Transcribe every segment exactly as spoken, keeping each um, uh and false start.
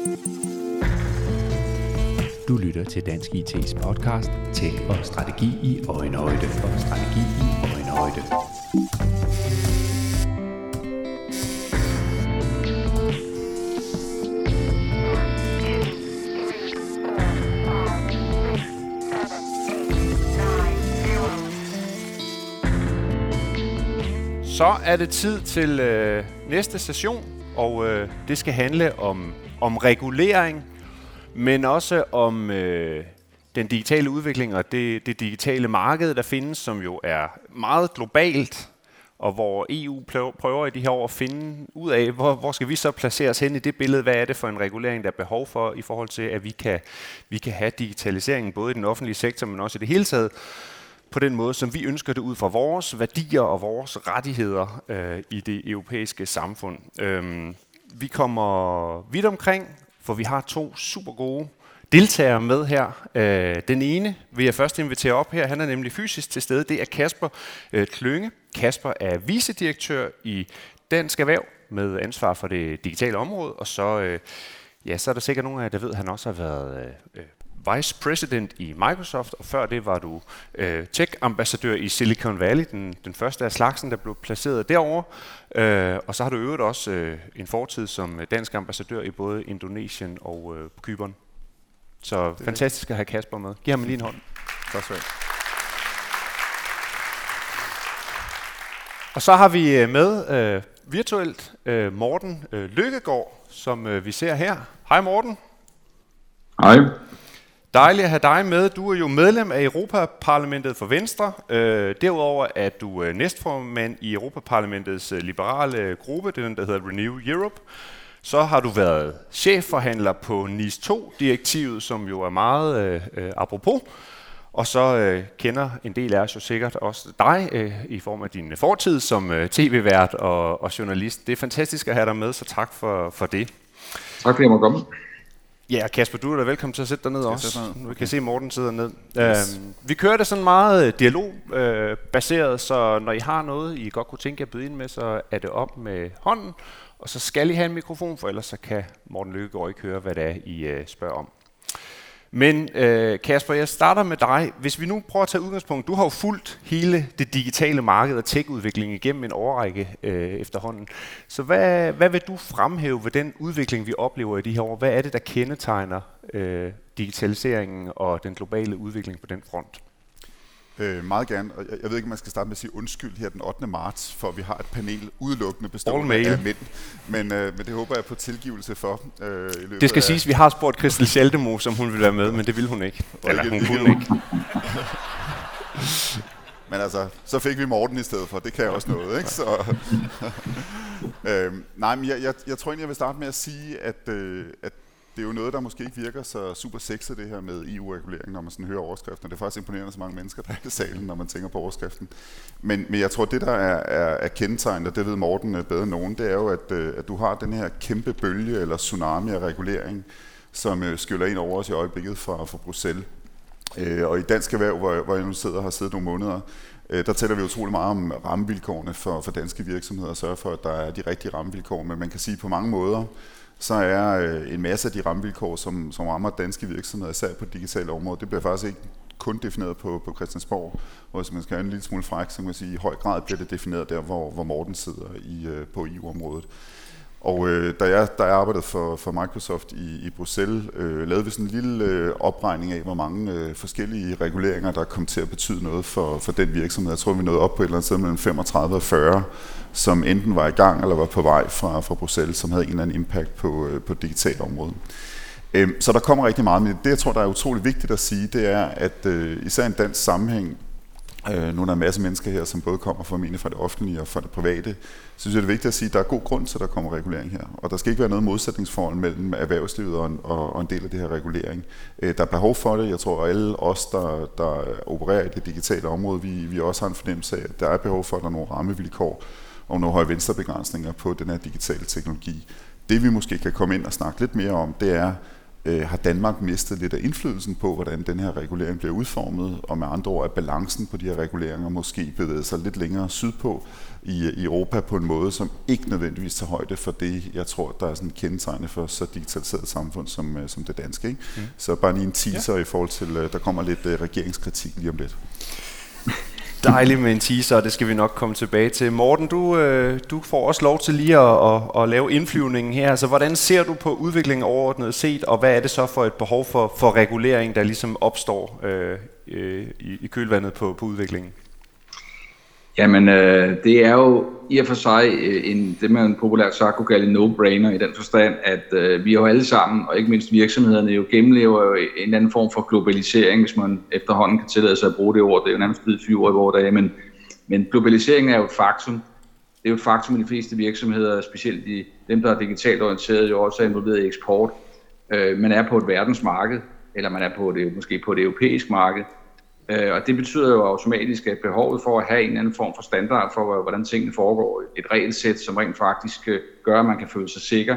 Du lytter til Dansk I T's podcast Tech og strategi i øjenhøjde og strategi i øjenhøjde. Så er det tid til øh, næste session, og øh, det skal handle om, om regulering, men også om øh, den digitale udvikling og det, det digitale marked, der findes, som jo er meget globalt, og hvor E U prøver i de her år at finde ud af, hvor, hvor skal vi så placere os hen i det billede, hvad er det for en regulering, der er behov for, i forhold til, at vi kan, vi kan have digitaliseringen både i den offentlige sektor, men også i det hele taget, på den måde, som vi ønsker det ud fra vores værdier og vores rettigheder øh, i det europæiske samfund. Øhm, vi kommer vidt omkring, for vi har to super gode deltagere med her. Øh, den ene vil jeg først invitere op her, han er nemlig fysisk til stede, det er Kasper øh, Klynge. Kasper er vicedirektør i Dansk Erhverv med ansvar for det digitale område, og så, øh, ja, så er der sikkert nogle af jer, der ved, at han også har været øh, Vice President i Microsoft, og før det var du øh, tech-ambassadør i Silicon Valley, den, den første af slagsen, der blev placeret derovre. Øh, og så har du øvet også øh, en fortid som dansk ambassadør i både Indonesien og øh, på Cypern. Så det fantastisk at have Kasper med. Giv ham lige en hånd. Tak skal du have. Og så har vi med øh, virtuelt øh, Morten øh, Lykkegaard, som øh, vi ser her. Hej Morten. Hej. Dejligt at have dig med. Du er jo medlem af Europaparlamentet for Venstre. Øh, derudover er du øh, næstformand i Europaparlamentets øh, liberale gruppe, det er den, der hedder Renew Europe. Så har du været chefforhandler på NIS to-direktivet, som jo er meget øh, øh, apropos. Og så øh, kender en del af os jo sikkert også dig øh, i form af din fortid som øh, tv-vært og, og journalist. Det er fantastisk at have dig med, så tak for, for det. Tak fordi jeg må komme. Ja, Kasper, du er da velkommen til at sætte dig ned også. Ned. Vi kan se, Morten sidder ned. Yes. Øhm, vi kører det sådan meget dialogbaseret, øh, så når I har noget, I godt kunne tænke jer at byde ind med, så er det op med hånden. Og så skal I have en mikrofon, for ellers så kan Morten Lykkegaard ikke høre, hvad det er, I øh, spørger om. Men øh, Kasper, jeg starter med dig. Hvis vi nu prøver at tage udgangspunkt, du har jo fulgt hele det digitale marked og tech-udviklingen igennem en årrække øh, efterhånden. Så hvad, hvad vil du fremhæve ved den udvikling, vi oplever i de her år? Hvad er det, der kendetegner øh, digitaliseringen og den globale udvikling på den front? Øh, meget gerne, og jeg, jeg ved ikke, om man skal starte med at sige undskyld her den ottende marts, for vi har et panel udelukkende bestående af mænd, men, øh, men det håber jeg på tilgivelse for. Øh, i løbet det skal af siges, vi har spurgt Christel Schaldemo, som hun vil være med, men det vil hun ikke. Eller hun kunne ikke. Men altså, så fik vi Morten i stedet for, det kan jeg også noget, ikke? Så, øh, nej, men jeg, jeg, jeg tror egentlig, jeg vil starte med at sige, at, øh, at det er jo noget, der måske ikke virker så super sexet, det her med E U-regulering, når man sådan hører overskriften. Det er faktisk imponerende, så mange mennesker, der er i salen, når man tænker på overskriften. Men, men jeg tror, det der er, er, er kendetegnet, og det ved Morten bedre end nogen, det er jo, at, at du har den her kæmpe bølge eller tsunami af regulering, som skyller ind over os i øjeblikket fra, fra Bruxelles. Og i Dansk Erhverv, hvor, hvor jeg nu sidder og har siddet nogle måneder, der taler vi utrolig meget om rammevilkårene for, for danske virksomheder og sørge for, at der er de rigtige rammevilkår. Men man kan sige på mange måder, så er øh, en masse af de rammevilkår, som, som rammer danske virksomheder, især på det digitale område, det bliver faktisk ikke kun defineret på, på Christiansborg, og hvis man skal have en lille smule fræk, så kan man sige, at i høj grad bliver det defineret der, hvor, hvor Morten sidder i, øh, på E U-området. Og øh, da, jeg, da jeg arbejdede for, for Microsoft i, i Bruxelles, øh, lavede vi sådan en lille øh, opregning af, hvor mange øh, forskellige reguleringer, der kom til at betyde noget for, for den virksomhed. Jeg tror, vi nåede op på et eller andet sted mellem femogtredive og fyrre, som enten var i gang eller var på vej fra, fra Bruxelles, som havde en eller anden impact på, øh, på det digitale område. Øh, så der kommer rigtig meget, men det, jeg tror, der er utroligt vigtigt at sige, det er, at øh, især en dansk sammenhæng, Øh, nu er der en masse mennesker her, som både kommer formentlig fra det offentlige og fra det private. Så synes jeg, det er vigtigt at sige, at der er god grund til, at der kommer regulering her. Og der skal ikke være noget modsætningsforhold mellem erhvervslivet og en, og, og en del af det her regulering. Øh, der er behov for det. Jeg tror, at alle os, der, der opererer i det digitale område, vi, vi også har en fornemmelse af, at der er behov for, at der er nogle rammevilkår og nogle høje venstrebegrænsninger på den her digitale teknologi. Det vi måske kan komme ind og snakke lidt mere om, det er, øh, har Danmark mistet lidt af indflydelsen på, hvordan den her regulering bliver udformet, og med andre ord er balancen på de her reguleringer måske bevæget sig lidt længere sydpå i, i Europa på en måde, som ikke nødvendigvis tager højde for det, jeg tror, der er sådan kendetegnende for så digitaliseret samfund som, som det danske. Ikke? Mm. Så bare lige en teaser ja. i forhold til, der kommer lidt uh, regeringskritik lige om lidt. Dejligt med en teaser, og det skal vi nok komme tilbage til. Morten, du, øh, du får også lov til lige at, at, at lave indflyvningen her. Altså, hvordan ser du på udviklingen overordnet set, og hvad er det så for et behov for, for regulering, der ligesom opstår øh, øh, i, i kølvandet på, på udviklingen? Jamen, øh, det er jo i og for sig en, det man populært sagt kunne kalde en no-brainer i den forstand, at øh, vi jo alle sammen, og ikke mindst virksomhederne, jo gennemlever jo en eller anden form for globalisering, hvis man efterhånden kan tillade sig at bruge det ord. Det er jo nærmest blevet fire år i vores dage, men, men globalisering er jo et faktum. Det er jo et faktum i de fleste virksomheder, specielt de, dem, der er digitalt orienteret, jo også er involveret i eksport. Øh, man er på et verdensmarked, eller man er på det, måske på et europæisk marked. Og det betyder jo automatisk, at behovet for at have en eller anden form for standard for, hvordan tingene foregår, et regelsæt, som rent faktisk gør, at man kan føle sig sikker.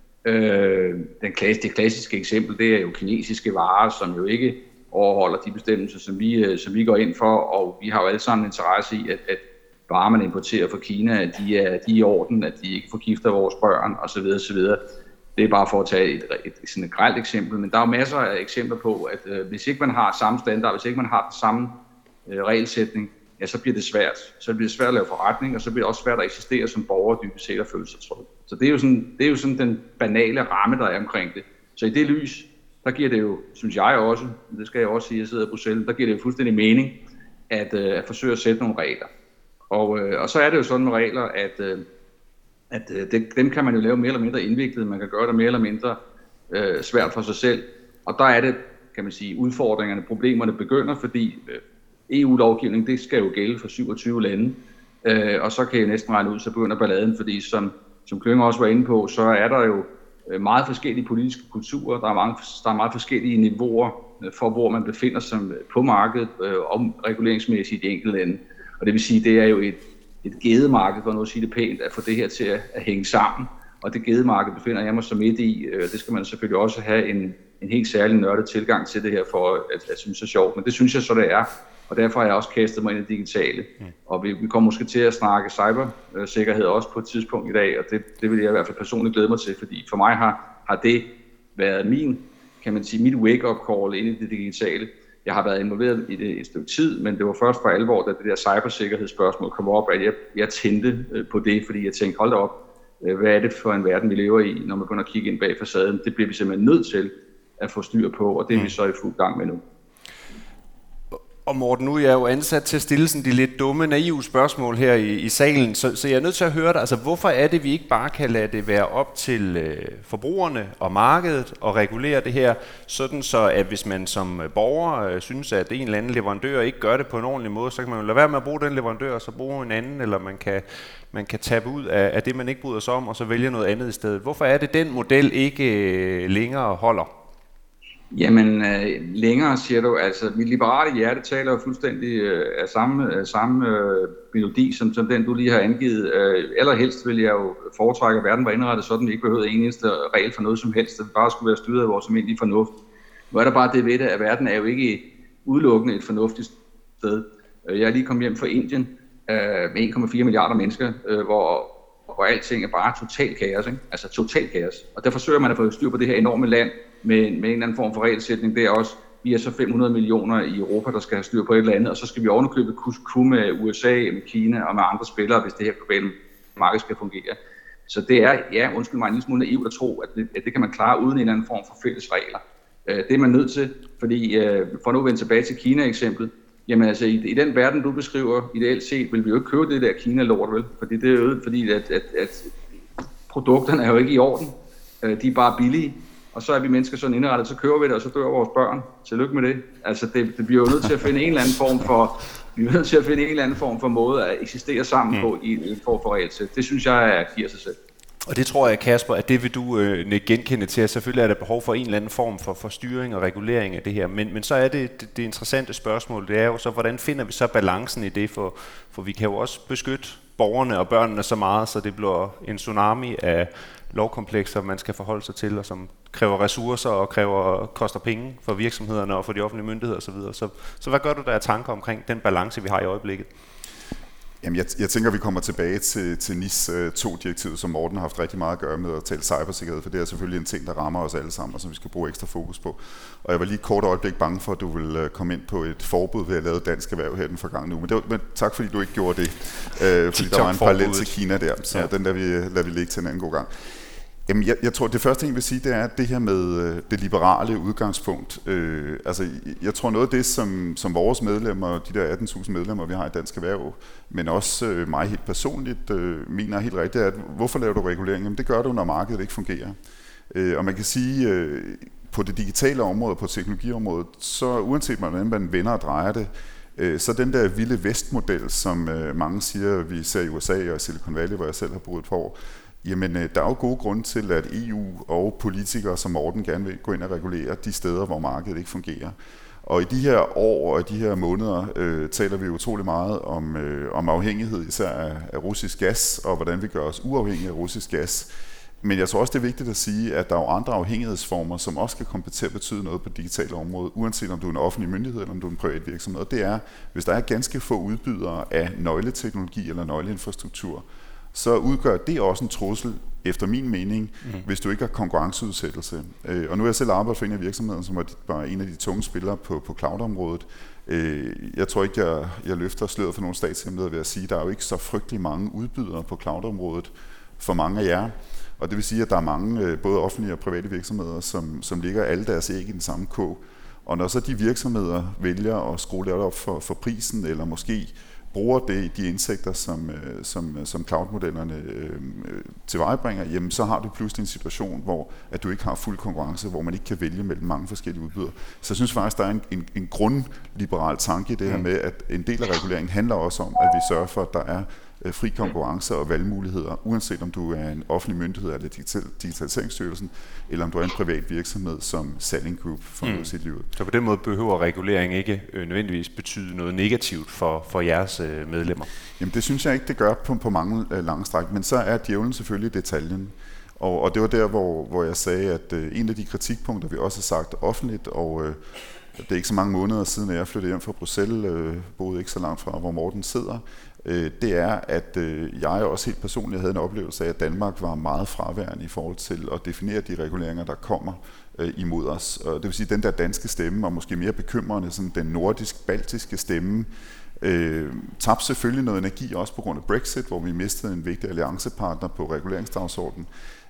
Den klasse, det klassiske eksempel, det er jo kinesiske varer, som jo ikke overholder de bestemmelser, som vi, som vi går ind for, og vi har jo alle sammen interesse i, at, at varer, man importerer fra Kina, at de er, de er i orden, at de ikke forgifter vores børn osv. osv. Det er bare for at tage et, et, et, sådan et grelt eksempel, men der er jo masser af eksempler på, at øh, hvis ikke man har samme standard, hvis ikke man har den samme øh, regelsætning, ja, så bliver det svært. Så bliver det svært at lave forretning, og så bliver det også svært at eksistere som borger dybest set og føle sig tryg. Så det er, jo sådan, det er jo sådan den banale ramme, der er omkring det. Så i det lys, der giver det jo, synes jeg også, det skal jeg også sige, jeg sidder i Bruxelles, der giver det jo fuldstændig mening at, øh, at forsøge at sætte nogle regler. Og, øh, og så er det jo sådan med regler, at øh, at øh, det, dem kan man jo lave mere eller mindre indviklet, man kan gøre det mere eller mindre øh, svært for sig selv. Og der er det, kan man sige, udfordringerne, problemerne begynder, fordi øh, E U-lovgivning, det skal jo gælde for syvogtyve lande, øh, og så kan jeg næsten regne ud, så begynder balladen, fordi som, som Klynge også var inde på, så er der jo øh, meget forskellige politiske kulturer, der er, mange, der er meget forskellige niveauer øh, for, hvor man befinder sig på markedet øh, og reguleringsmæssigt i de enkelte lande. Og det vil sige, det er jo et et gedemarked, for nu at sige det pænt, at få det her til at, at hænge sammen. Og det gedemarked befinder jeg mig så midt i. Det skal man selvfølgelig også have en, en helt særlig nørdet tilgang til det her, for at, at synes det er sjovt. Men det synes jeg så, det er. Og derfor har jeg også kastet mig ind i det digitale. Mm. Og vi, vi kommer måske til at snakke cybersikkerhed også på et tidspunkt i dag, og det, det vil jeg i hvert fald personligt glæde mig til, fordi for mig har, har det været min, kan man sige, mit wake-up call ind i det digitale. Jeg har været involveret i det et stykke tid, men det var først for alvor, da det der cybersikkerhedsspørgsmål kom op, at jeg, jeg tændte på det, fordi jeg tænkte, hold da op, hvad er det for en verden, vi lever i, når man begynder at kigge ind bag facaden? Det bliver vi simpelthen nødt til at få styr på, og det er vi så i fuld gang med nu. Og Morten, nu er jeg jo ansat til at stille sådan de lidt dumme, naive spørgsmål her i, i salen, så, så jeg er nødt til at høre dig. Altså, hvorfor er det, vi ikke bare kan lade det være op til øh, forbrugerne og markedet og regulere det her, sådan så at hvis man som borger øh, synes, at en eller anden leverandør ikke gør det på en ordentlig måde, så kan man jo lade være med at bruge den leverandør, og så bruge en anden, eller man kan, man kan tabe ud af, af det, man ikke bryder sig om, og så vælge noget andet i stedet. Hvorfor er det, den model ikke øh, længere holder? Jamen, øh, længere siger du, altså mit liberale hjerte taler jo fuldstændig øh, af samme, af samme øh, melodi, som, som den du lige har angivet. Øh, allerhelst vil jeg jo foretrække, at verden var indrettet sådan, at vi ikke behøvede en eneste regel for noget som helst, at vi bare skulle være styret af vores almindelige fornuft. Nu er der bare det ved det, at verden er jo ikke udelukkende et fornuftigt sted. Jeg er lige kommet hjem fra Indien øh, med en komma fire milliarder mennesker, øh, hvor, hvor alting er bare total kaos, ikke? Altså total kaos. Og der forsøger man at få styr på det her enorme land, Med, med en eller anden form for regelsætning. Det er også, vi er så fem hundrede millioner i Europa, der skal have styr på et eller andet, og så skal vi ovenikøbet kunne med U S A, med Kina og med andre spillere, hvis det her globale marked skal fungere. Så det er, ja, undskyld mig, en lille smule naivt at tro, at det, at det kan man klare uden en eller anden form for fælles regler. Det er man nødt til, fordi for nu at vende tilbage til Kina-eksemplet, jamen altså i, i den verden, du beskriver, ideelt set, vil vi jo ikke købe det der Kina-lort, vel? Fordi det er jo fordi, at, at, at produkterne er jo ikke i orden. De er bare billige. Og så er vi mennesker sådan indrettet, så køber vi det, og så dør vores børn. Tillykke med det. Altså, det, det bliver jo nødt til at finde en eller anden form for, vi er nødt til at finde en eller anden form for måde at eksistere sammen mm. på i en form for regelsæt. Det synes jeg giver sig selv. Og det tror jeg, Kasper, at det vil du øh, genkende til, at selvfølgelig er der behov for en eller anden form for, for styring og regulering af det her. Men, men så er det, det det interessante spørgsmål, det er jo så, hvordan finder vi så balancen i det? For, for vi kan jo også beskytte borgerne og børnene så meget, så det bliver en tsunami af lovkomplekser, man skal forholde sig til, og som kræver ressourcer og kræver koster penge for virksomhederne og for de offentlige myndigheder osv. Så, så, så hvad gør du der af tanker omkring den balance, vi har i øjeblikket? Jamen, jeg, jeg tænker, at vi kommer tilbage til, til N I S to direktivet, som Morten har haft rigtig meget at gøre med at tale cybersikkerhed, for det er selvfølgelig en ting, der rammer os alle sammen, og som vi skal bruge ekstra fokus på. Og jeg var lige et kort øjeblik bange for, at du ville komme ind på et forbud ved at lave dansk erhverv her den forgangne uge. Men, det var, men tak, fordi du ikke gjorde det, øh, fordi der var en parallel til Kina der, så ja. Den der vi, lader vi ligge til en anden god gang. Jamen, jeg, jeg tror, det første ting, jeg vil sige, det er det her med øh, det liberale udgangspunkt. Øh, altså, jeg tror noget af det, som, som vores medlemmer, de der atten tusind medlemmer, vi har i Dansk Erhverv, men også øh, mig helt personligt, øh, mener helt rigtigt, at hvorfor laver du regulering? Jamen, det gør du, når markedet ikke fungerer. Øh, og man kan sige, øh, på det digitale område, på teknologiområdet, så uanset hvordan man vender og drejer det, øh, så den der vilde vestmodel, som øh, mange siger, vi ser i U S A og Silicon Valley, hvor jeg selv har boet et par år, jamen, der er jo gode grunde til, at E U og politikere som Morten gerne vil gå ind og regulere de steder, hvor markedet ikke fungerer. Og i de her år og i de her måneder øh, taler vi utrolig meget om, øh, om afhængighed, især af, af russisk gas, og hvordan vi gør os uafhængige af russisk gas. Men jeg tror også, det er vigtigt at sige, at der er jo andre afhængighedsformer, som også kan komme til at betyde noget på det digitale område, uanset om du er en offentlig myndighed eller om du er en privat virksomhed. Og det er, hvis der er ganske få udbydere af nøgleteknologi eller nøgleinfrastruktur, så udgør det også en trussel, efter min mening, mm. hvis du ikke har konkurrenceudsættelse. Og nu har jeg selv arbejdet for en af virksomhederne, som var en af de tunge spillere på, på cloud-området. Jeg tror ikke, jeg, jeg løfter sløret for nogle statshemmeligheder ved at sige, at der er jo ikke så frygtelig mange udbydere på cloud-området for mange af jer. Og det vil sige, at der er mange, både offentlige og private virksomheder, som, som ligger alle deres æg i den samme kog. Og når så de virksomheder vælger at skrue det op for, for prisen, eller måske bruger det, de indsigter, som, som, som cloud-modellerne øh, tilvejebringer, jamen så har du pludselig en situation, hvor at du ikke har fuld konkurrence, hvor man ikke kan vælge mellem mange forskellige udbydere. Så jeg synes faktisk, der er en, en, en grundliberal tanke i det her med, at en del af reguleringen handler også om, at vi sørger for, at der er øh, fri konkurrence og valgmuligheder, uanset om du er en offentlig myndighed eller digital, Digitaliseringsstyrelsen, eller om du er en privat virksomhed som Salling Group for mm. sit liv. Så på den måde behøver regulering ikke øh, nødvendigvis betyde noget negativt for, for jeres øh, medlemmer? Jamen det synes jeg ikke, det gør på, på mange øh, lange stræk, men så er djævlen selvfølgelig detaljen. Og, og det var der, hvor, hvor jeg sagde, at øh, en af de kritikpunkter, vi også har sagt offentligt, og øh, det er ikke så mange måneder siden, at jeg flyttede hjem fra Bruxelles, øh, boede ikke så langt fra, hvor Morten sidder, øh, det er, at øh, jeg også helt personligt havde en oplevelse af, at Danmark var meget fraværende i forhold til at definere de reguleringer, der kommer øh, imod os. Og det vil sige, at den der danske stemme, og måske mere bekymrende, sådan den nordisk-baltiske stemme, øh, tabte selvfølgelig noget energi, også på grund af Brexit, hvor vi mistede en vigtig alliancepartner på reguleringsdagsordenen.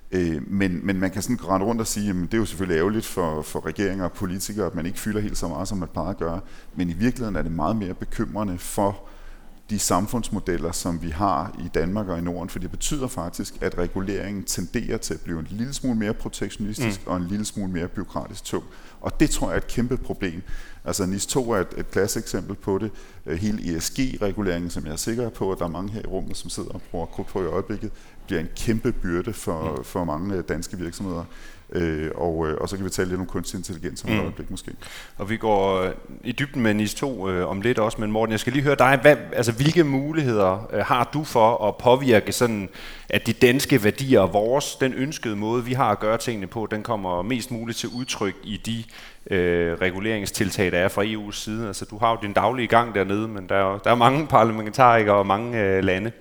Men, men man kan sådan rende rundt og sige, at det er jo selvfølgelig ærgerligt for, for regeringer og politikere, at man ikke fylder helt så meget, som man plejer at gøre. Men i virkeligheden er det meget mere bekymrende for de samfundsmodeller, som vi har i Danmark og i Norden, for det betyder faktisk, at reguleringen tenderer til at blive en lille smule mere protektionistisk mm. og en lille smule mere bureaukratisk tung. Og det tror jeg er et kæmpe problem. Altså N I S to er et, et klasseeksempel på det. Hele E S G-reguleringen, som jeg er sikker på, at der er mange her i rummet, som sidder og bruger krudt på i øjeblikket, bliver en kæmpe byrde for, mm. for mange danske virksomheder. Øh, og, og så kan vi tale lidt om kunstig intelligens om mm. et øjeblik måske. Og vi går i dybden med N I S to øh, om lidt også, men Morten, jeg skal lige høre dig. Hvad, altså, hvilke muligheder øh, har du for at påvirke sådan, at de danske værdier og vores, den ønskede måde, vi har at gøre tingene på, den kommer mest muligt til udtryk i de øh, reguleringstiltag, der er fra E U's side? Altså, du har jo din daglige gang dernede, men der er, der er mange parlamentarikere og mange øh, lande.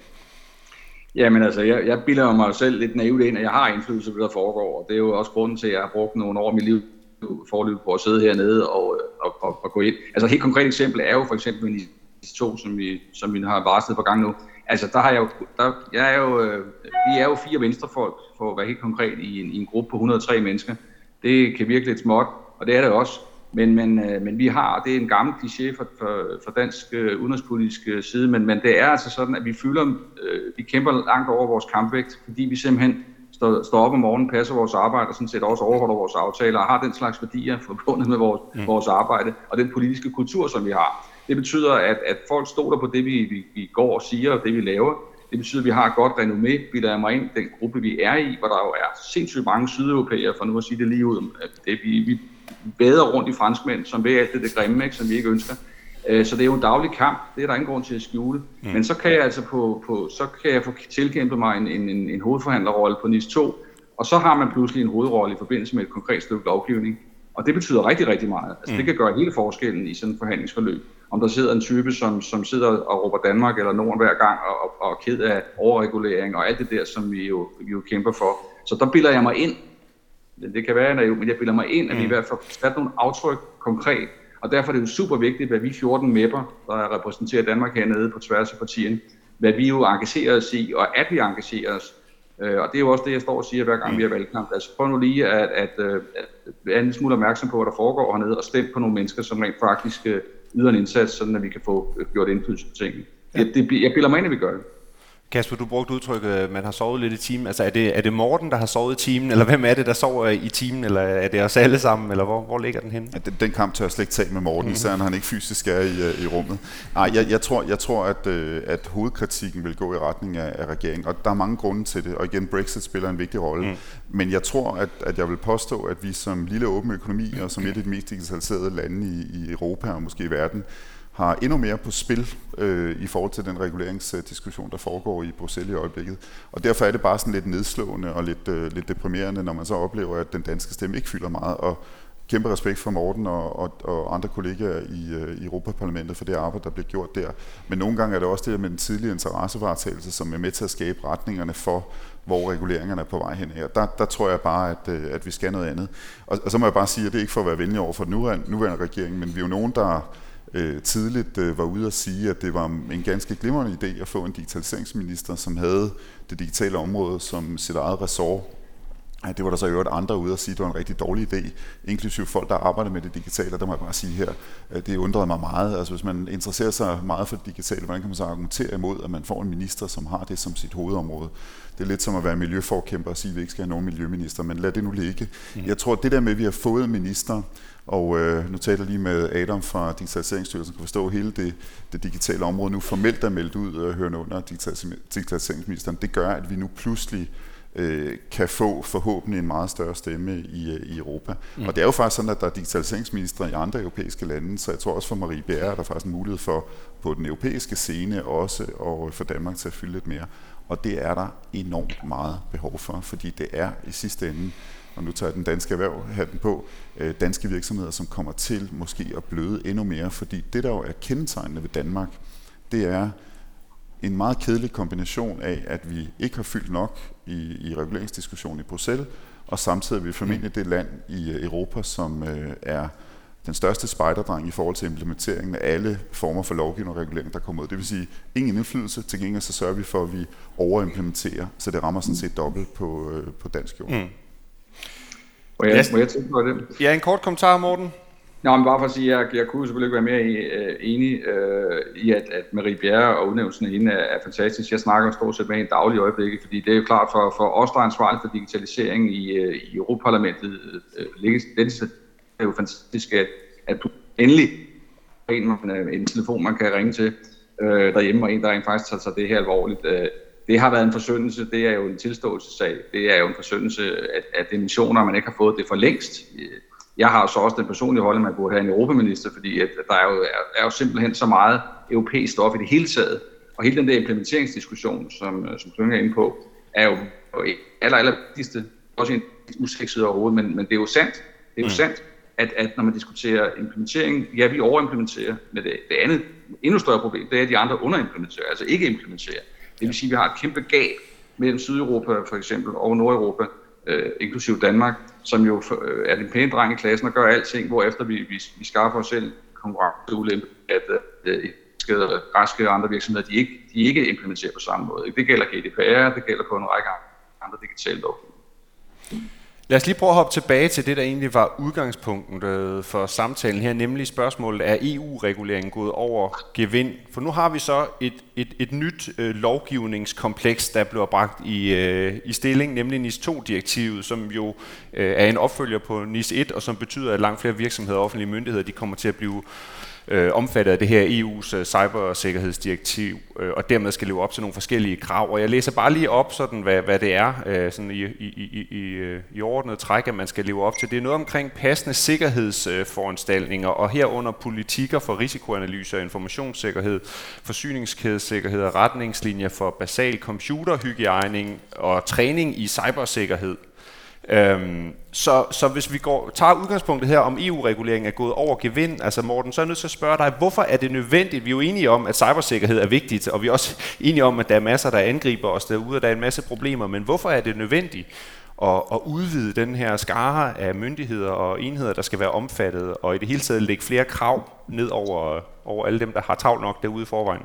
Jamen altså, jeg, jeg bilder mig selv lidt naivt ind, at jeg har indflydelse på det, der foregår, og det er jo også grunden til, at jeg har brugt nogle år af mit liv forløb på at sidde hernede og, og, og, og gå ind. Altså et helt konkret eksempel er jo for eksempel N I S to, som vi, som vi har varslet på gang nu. Altså der har jeg jo, der, jeg er jo, vi er jo fire venstrefolk, for at være helt konkret, i en, i en gruppe på et hundrede og tre mennesker. Det kan virke lidt småt, og det er det også. Men, men, men vi har, det er en gammel kliché for, for, for dansk øh, udenrigspolitisk side, men, men det er altså sådan, at vi fylder, øh, vi kæmper langt over vores kampvægt, fordi vi simpelthen står, står op om morgenen, passer vores arbejde og sådan set også overholder vores aftaler og har den slags værdier forbundet med vores, mm. vores arbejde og den politiske kultur, som vi har. Det betyder, at, at folk stoler på det, vi, vi, vi går og siger og det, vi laver. Det betyder, at vi har et godt renommé, bilder jeg mig ind, den gruppe, vi er i, hvor der jo er sindssygt mange sydeuropæere, for nu at sige det lige ud, at det, vi, vi væder rundt i franskmænd, som ved alt det, det grimme, ikke, som vi ikke ønsker. Så det er jo en daglig kamp, det er der ingen grund til at skjule. Mm. Men så kan jeg altså på, på, så kan jeg få tilkæmpet mig en, en, en hovedforhandlerrolle på N I S to, Og så har man pludselig en hovedrolle i forbindelse med et konkret stykke lovgivning. Og det betyder rigtig, rigtig meget. Altså, mm. Det kan gøre hele forskellen i sådan et forhandlingsforløb. Om der sidder en type, som, som sidder og råber Danmark eller Norden hver gang, og, og, og er ked af overregulering og alt det der, som vi jo, vi jo kæmper for. Så der bilder jeg mig ind, det kan være naivt, men jeg bilder mig ind, at vi i hvert fald får sat nogle aftryk konkret. Og derfor er det jo super vigtigt, hvad vi fjorten mepper, der repræsenterer Danmark hernede på tværs af partierne, hvad vi jo engagerer os i, og at vi engagerer os. Og det er jo også det, jeg står og siger, hver gang vi er valgkamp. Altså prøv nu lige at, at, at være en smule opmærksom på, hvad der foregår hernede, og stem på nogle mennesker, som rent faktisk yder en indsats, sådan at vi kan få gjort indflydelse på tingene. Ja. Det, det, jeg bilder mig ind, at vi gør det. Kasper, du brugte udtrykket, at man har sovet lidt i timen. Altså er det, er det Morten, der har sovet i timen, eller hvem er det, der sover i timen, eller er det os alle sammen, eller hvor, hvor ligger den henne? Ja, den, den kamp tør jeg slet ikke tage med Morten, mm-hmm. især når han ikke fysisk er i, i rummet. Nej, jeg, jeg tror, jeg tror at, at hovedkritikken vil gå i retning af, af regeringen, og der er mange grunde til det, og igen, Brexit spiller en vigtig rolle. Mm. Men jeg tror, at, at jeg vil påstå, at vi som lille åben økonomi, og som et af de mest digitaliserede lande i, i Europa, og måske i verden, har endnu mere på spil øh, i forhold til den reguleringsdiskussion, der foregår i Bruxelles i øjeblikket. Og derfor er det bare sådan lidt nedslående og lidt, øh, lidt deprimerende, når man så oplever, at den danske stemme ikke fylder meget. Og kæmpe respekt for Morten og, og, og andre kollegaer i, øh, i Europaparlamentet for det arbejde, der bliver gjort der. Men nogle gange er det også det med den tidlige interessevaretagelse, som er med til at skabe retningerne for, hvor reguleringerne er på vej hen her. Der, der tror jeg bare, at, øh, at vi skal noget andet. Og, og så må jeg bare sige, at det er ikke for at være venlig over for den nuværende, nuværende regering, men vi er jo nogen, der Øh, tidligt øh, var ude at sige, at det var en ganske glimrende idé at få en digitaliseringsminister, som havde det digitale område som sit eget ressort. Ja, det var der så i øvrigt andre ude at sige, at det var en rigtig dårlig idé, inklusive folk, der arbejder med det digitale. Der må jeg bare sige her, det undrede mig meget. Altså hvis man interesserer sig meget for det digitale, hvordan kan man så argumentere imod, at man får en minister, som har det som sit hovedområde? Det er lidt som at være miljøforkæmper og sige, at vi ikke skal have nogen miljøminister, men lad det nu ligge. Mm. Jeg tror, at det der med, at vi har fået en minister, og øh, nu taler jeg lige med Adam fra Digitaliseringsstyrelsen, kan forstå hele det, det digitale område nu formelt er meldt ud og hørende under digitaliseringsministeren. Det gør, at vi nu pludselig øh, kan få forhåbentlig en meget større stemme i, i Europa. Mm. Og det er jo faktisk sådan, at der er digitaliseringsministre i andre europæiske lande, så jeg tror også for Marie Bjerre er der faktisk en mulighed for på den europæiske scene også og for Danmark til at fylde lidt mere. Og det er der enormt meget behov for, fordi det er i sidste ende, og nu tager jeg den danske erhverv hatten på, danske virksomheder, som kommer til måske at bløde endnu mere, fordi det, der jo er kendetegnende ved Danmark, det er en meget kedelig kombination af, at vi ikke har fyldt nok i, i reguleringsdiskussionen i Bruxelles, og samtidig er vi formentlig det land i Europa, som øh, er den største spejderdreng i forhold til implementeringen af alle former for lovgivning og regulering, der kommer ud. Det vil sige, ingen indflydelse, til gengæld så sørger vi for, at vi overimplementerer, så det rammer sådan set dobbelt på, øh, på dansk jord. Mm. Må jeg, yes. må jeg tænke på det? Ja, en kort kommentar, Morten. Nå, men bare for at sige, at jeg, jeg kunne selvfølgelig ikke være mere i, uh, enig uh, i, at, at Marie Bjerre og udnævnelsen af hende er, er fantastisk. Jeg snakker stort set med hende daglig i øjeblikket, fordi det er jo klart for, for os, der er ansvarlige for digitalisering i, uh, i Europaparlamentet. Uh, det er jo fantastisk, at, at du endelig har en, en telefon, man kan ringe til uh, derhjemme, og en, der rent faktisk tager det her alvorligt. Uh, Det har været en forsøndelse, det er jo en tilståelsessag, det er jo en forsøndelse af, af dimensioner, man ikke har fået det for længst. Jeg har så også den personlige holdning, man burde have en europaminister, fordi at der er jo, er, er jo simpelthen så meget europæisk stof i det hele taget. Og hele den der implementeringsdiskussion, som, som Klynge er inde på, er jo aller, aller vigtigste, også en usikkerhed overhovedet, men, men det er jo sandt, det er jo mm. sandt, at, at når man diskuterer implementering, ja, vi overimplementerer, men det, det andet, endnu større problem, det er, at de andre underimplementerer, altså ikke implementerer. Det vil sige, at vi har et kæmpe gab mellem Sydeuropa for eksempel og Nordeuropa, øh, inklusive Danmark, som jo øh, er den pæne dreng i klassen og gør alting, hvorefter vi, vi, vi skaffer os selv konkurrenceulempe, at øh, græske og andre virksomheder, de ikke, de ikke implementerer på samme måde. Det gælder G D P R, det gælder på en række andre digitale lovgivninger. Lad os lige prøve at hoppe tilbage til det, der egentlig var udgangspunktet for samtalen her, nemlig spørgsmålet, er E U-reguleringen gået over gevind? For nu har vi så et, et, et nyt øh, lovgivningskompleks, der bliver bragt i, øh, i stilling, nemlig N I S to-direktivet, som jo øh, er en opfølger på N I S et, og som betyder, at langt flere virksomheder og offentlige myndigheder, de kommer til at blive øh, omfattet af det her E U's øh, cybersikkerhedsdirektiv, øh, og dermed skal leve op til nogle forskellige krav. Og jeg læser bare lige op, sådan, hvad, hvad det er øh, sådan i, i, i, i, i ordnet træk, at man skal leve op til. Det er noget omkring passende sikkerhedsforanstaltninger, og herunder politikker for risikoanalyse og informationssikkerhed, forsyningskædesikkerhed og retningslinjer for basal computerhygiejning og træning i cybersikkerhed. Øhm, så, så hvis vi går, tager udgangspunktet her om E U-regulering er gået over gevind, altså Morten, så er jeg nødt til at spørge dig, hvorfor er det nødvendigt? Vi er jo enige om, at cybersikkerhed er vigtigt, og vi er også enige om, at der er masser, der angriber os derude, og der er en masse problemer, men hvorfor er det nødvendigt at, at udvide den her skare af myndigheder og enheder, der skal være omfattet, og i det hele taget lægge flere krav ned over, over alle dem, der har travlt nok derude i forvejen?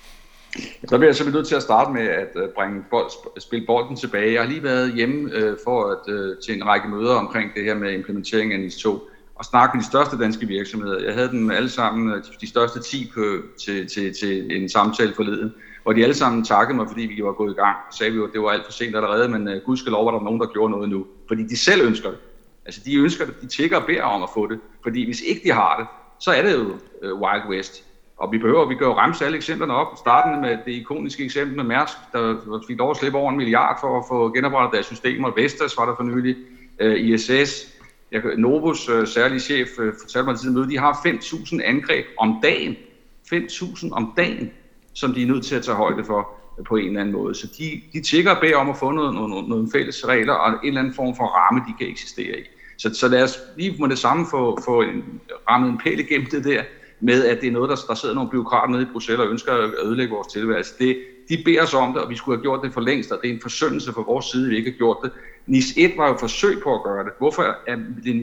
Så bliver jeg så nødt til at starte med at bringe bold, spille bolden tilbage. Jeg har lige været hjemme øh, for at, øh, til en række møder omkring det her med implementering af N I S to, og snakke med de største danske virksomheder. Jeg havde dem alle sammen, de største ti på, til, til, til en samtale forleden, hvor de alle sammen takkede mig, fordi vi var gået i gang. Så sagde vi jo, at det var alt for sent allerede, men uh, gudskelov var der nogen, der gjorde noget nu. Fordi de selv ønsker det. Altså de ønsker det, de tigger og beder om at få det. Fordi hvis ikke de har det, så er det jo uh, Wild West. Og vi behøver, vi kan jo ramse alle eksemplerne op, startende med det ikoniske eksempel med Mærsk, der fik lov at slippe over en milliard for at få genoprettet deres systemer. Vestas var der for nylig, uh, I S S, jeg, Novos uh, særlige chef uh, fortalte mig til møde, de har fem tusind angreb om dagen. fem tusind om dagen, som de er nødt til at tage højde for uh, på en eller anden måde. Så de, de tigger og beder om at få noget, nogle, nogle fælles regler og en eller anden form for ramme, de kan eksistere i. Så, så lad os lige med det samme få, få en, rammet en pæl igennem det der, med at det er noget, der, der sidder nogle bureaukrater nede i Bruxelles og ønsker at ødelægge vores tilværelse. Det, de beder os om det, og vi skulle have gjort det for længst, og det er en forsømmelse fra vores side, vi ikke har gjort det. N I S et var jo et forsøg på at gøre det. Hvorfor er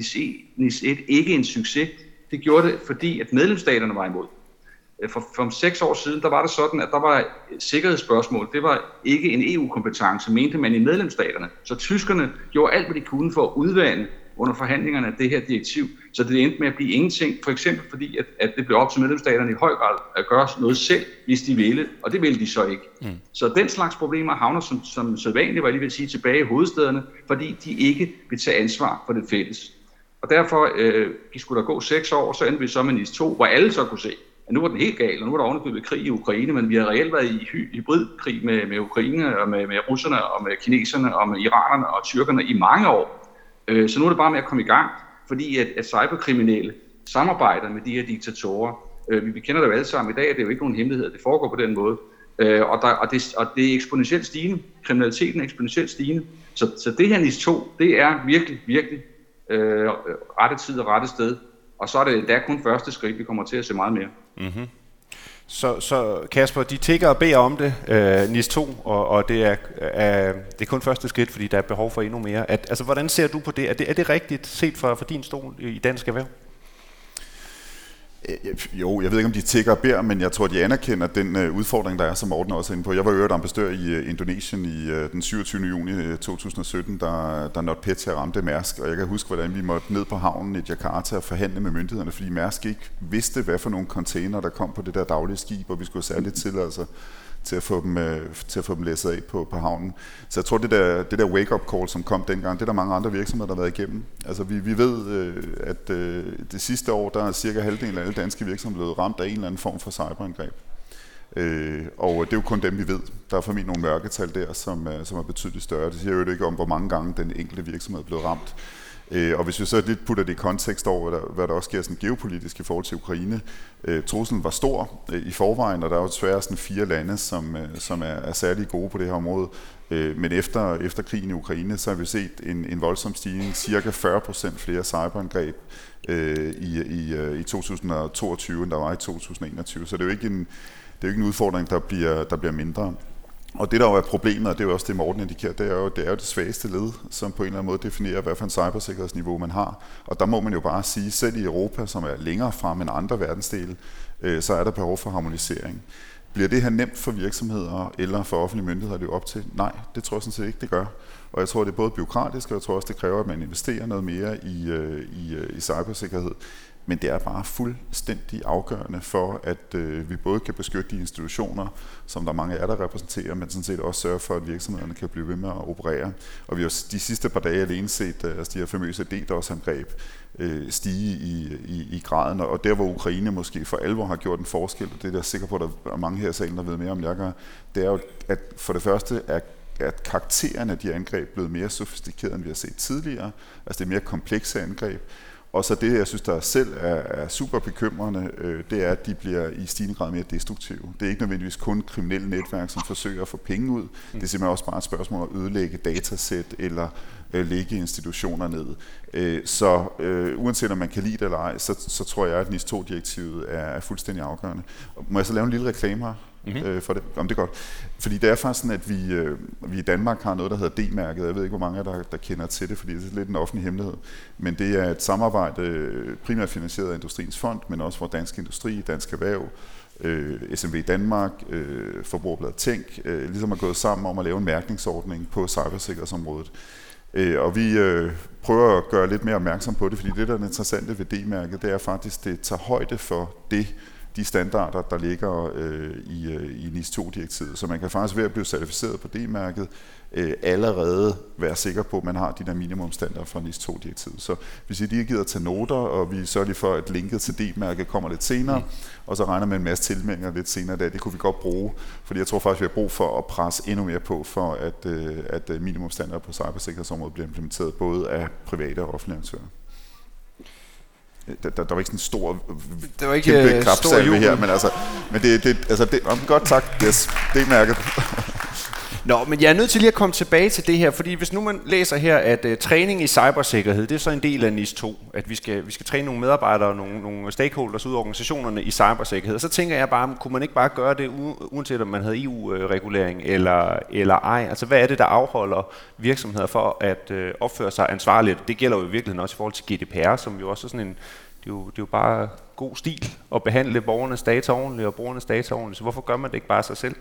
N I S et ikke en succes? Det gjorde det, fordi at medlemsstaterne var imod. For, for seks år siden, der var det sådan, at der var sikkerhedsspørgsmål. Det var ikke en E U-kompetence, mente man i medlemsstaterne. Så tyskerne gjorde alt, hvad de kunne for at udvande under forhandlingerne af det her direktiv, så det endte med at blive ingenting, for eksempel fordi, at, at det blev op til medlemsstaterne i høj grad at gøre noget selv, hvis de ville, og det ville de så ikke. Mm. Så den slags problemer havner som, som sædvanligt, var jeg lige vil sige, tilbage i hovedstederne, fordi de ikke vil tage ansvar for det fælles. Og derfor øh, skulle der gå seks år, så endte vi så med N I S to, hvor alle så kunne se, at nu var den helt gal, og nu er der ovenikøbet krig i Ukraine, men vi har reelt været i hybridkrig med, med Ukraine, og med, med russerne, og med kineserne, og med iranerne og tyrkerne i mange år. Så nu er det bare med at komme i gang, fordi at, at cyberkriminelle samarbejder med de her diktatorer. Vi, vi kender det jo alle sammen i dag, og det er jo ikke nogen hemmelighed, at det foregår på den måde. Og, der, og, det, og det er eksponentielt stigende. Kriminaliteten er eksponentielt stigende. Så, så det her N I S to, det er virkelig, virkelig øh, rette tid og rette sted. Og så er det der kun første skridt, vi kommer til at se meget mere. Mm-hmm. Så, så Kasper, de tigger og beder om det, øh, N I S to, og, og det, er, øh, det er kun første skridt, fordi der er behov for endnu mere. At, altså, hvordan ser du på det? Er det, er det rigtigt set fra, fra din stol i Dansk Erhverv? Jo, jeg ved ikke, om de tigger og beder, men jeg tror, de anerkender den uh, udfordring, der er, som Morten også er inde på. Jeg var øvrigt ambassadør i uh, Indonesien i uh, den syvogtyvende juni to tusind og sytten, der, der NotPetya ramte Mærsk, og jeg kan huske, hvordan vi måtte ned på havnen i Jakarta og forhandle med myndighederne, fordi Mærsk ikke vidste, hvad for nogle container, der kom på det der daglige skib, og vi skulle særligt til, altså, til at få dem, uh, til at få dem læsset af på, på havnen. Så jeg tror, det der, det der wake-up call, som kom dengang, det er der mange andre virksomheder, der har været igennem. Altså, vi, vi ved, uh, at uh, det sidste år, der er cirka halvdelen af alle danske virksomheder blevet ramt af en eller anden form for cyberangreb. Uh, og det er jo kun dem, vi ved. Der er formentlig nogle mørketal der, som, uh, som er betydeligt større. Det siger jo ikke om, hvor mange gange den enkelte virksomhed er blevet ramt. Uh, og hvis vi så lidt putter det i kontekst over, hvad der, hvad der også sker sådan geopolitisk i forhold til Ukraine, uh, truslen var stor uh, i forvejen, og der er jo desværre sådan fire lande, som, uh, som er, er særlig gode på det her område. Uh, men efter, efter krigen i Ukraine, så har vi set en, en voldsom stigning, cirka fyrre procent flere cyberangreb uh, i, i, uh, i to tusind og toogtyve, end der var i to tusind og enogtyve. Så det er jo ikke en, det er jo ikke en udfordring, der bliver, der bliver mindre. Og det, der jo er problemet, og det er jo også det, Morten indikerer, det er jo det, er jo det svageste led, som på en eller anden måde definerer, hvad for en cybersikkerhedsniveau man har. Og der må man jo bare sige, selv i Europa, som er længere frem end andre verdensdele, øh, så er der behov for harmonisering. Bliver det her nemt for virksomheder eller for offentlige myndigheder at leve op til? Nej, det tror jeg sådan set ikke, det gør. Og jeg tror, det er både bureaukratisk, og jeg tror også, det kræver, at man investerer noget mere i, øh, i, øh, i cybersikkerhed. Men det er bare fuldstændig afgørende for, at øh, vi både kan beskytte de institutioner, som der mange af der repræsenterer, men sådan set også sørge for, at virksomhederne kan blive ved med at operere. Og vi har de sidste par dage alene set øh, altså de her famøse DDoS-angreb øh, stige i, i, i graden, og der hvor Ukraine måske for alvor har gjort en forskel, og det er jeg sikker på, at der er mange her i salen, der ved mere om jeg gør, det er jo, at for det første er at karakteren af de angreb blevet mere sofistikeret, end vi har set tidligere. Altså det er mere komplekse angreb. Og så det, jeg synes, der selv er, er super bekymrende, øh, det er, at de bliver i stigende grad mere destruktive. Det er ikke nødvendigvis kun kriminelle netværk, som forsøger at få penge ud. Det er simpelthen også bare et spørgsmål at ødelægge datasæt eller øh, lægge institutioner ned. Øh, så øh, uanset om man kan lide det eller ej, så, så tror jeg, at NIS to direktivet er, er fuldstændig afgørende. Må jeg så lave en lille reklame her? Mm-hmm. Øh, for det, om det er godt. Fordi det er faktisk sådan, at vi, øh, vi i Danmark har noget, der hedder D-mærket. Jeg ved ikke, hvor mange af der, der kender til det, fordi det er lidt en offentlig hemmelighed. Men det er et samarbejde, primært finansieret af Industriens Fond, men også hvor Dansk Industri, Dansk Erhverv, øh, S M V Danmark, øh, Forbrugerbladet Tænk, øh, ligesom er gået sammen om at lave en mærkningsordning på cybersikkerhedsområdet. Øh, og vi øh, prøver at gøre lidt mere opmærksom på det, fordi det, der er interessante ved D-mærket, det er faktisk, det tager højde for det, de standarder, der ligger øh, i, øh, i NIS to direktivet. Så man kan faktisk ved at blive certificeret på D-mærket øh, allerede være sikker på, at man har de der minimumstandarder fra NIS to direktivet. Så hvis I lige gider tage noter, og vi sørger lige for, at linket til D-mærket kommer lidt senere, mm. og så regner med en masse tilmeldinger lidt senere i dag, det kunne vi godt bruge, fordi jeg tror faktisk, vi har brug for at presse endnu mere på, for at, øh, at minimumstandarder på cybersikkerhedsområdet bliver implementeret både af private og offentlige aktører. Der, der, der var ikke sådan en stor, det var ikke kæmpe klapsalve her, men altså, men det, det, altså det, om, godt tak, yes, det er mærket. Nå, men jeg er nødt til lige at komme tilbage til det her, fordi hvis nu man læser her, at uh, træning i cybersikkerhed, det er så en del af NIS to, at vi skal, vi skal træne nogle medarbejdere og nogle, nogle stakeholders ud af organisationerne i cybersikkerhed. Og så tænker jeg bare, kunne man ikke bare gøre det, uanset om man havde E U-regulering eller, eller ej? Altså, hvad er det, der afholder virksomheder for at uh, opføre sig ansvarligt? Det gælder jo i virkeligheden også i forhold til G D P R, som jo også er sådan en, det er jo, det er jo bare god stil at behandle borgernes data ordentligt og brugernes data ordentligt. Så hvorfor gør man det ikke bare sig selv?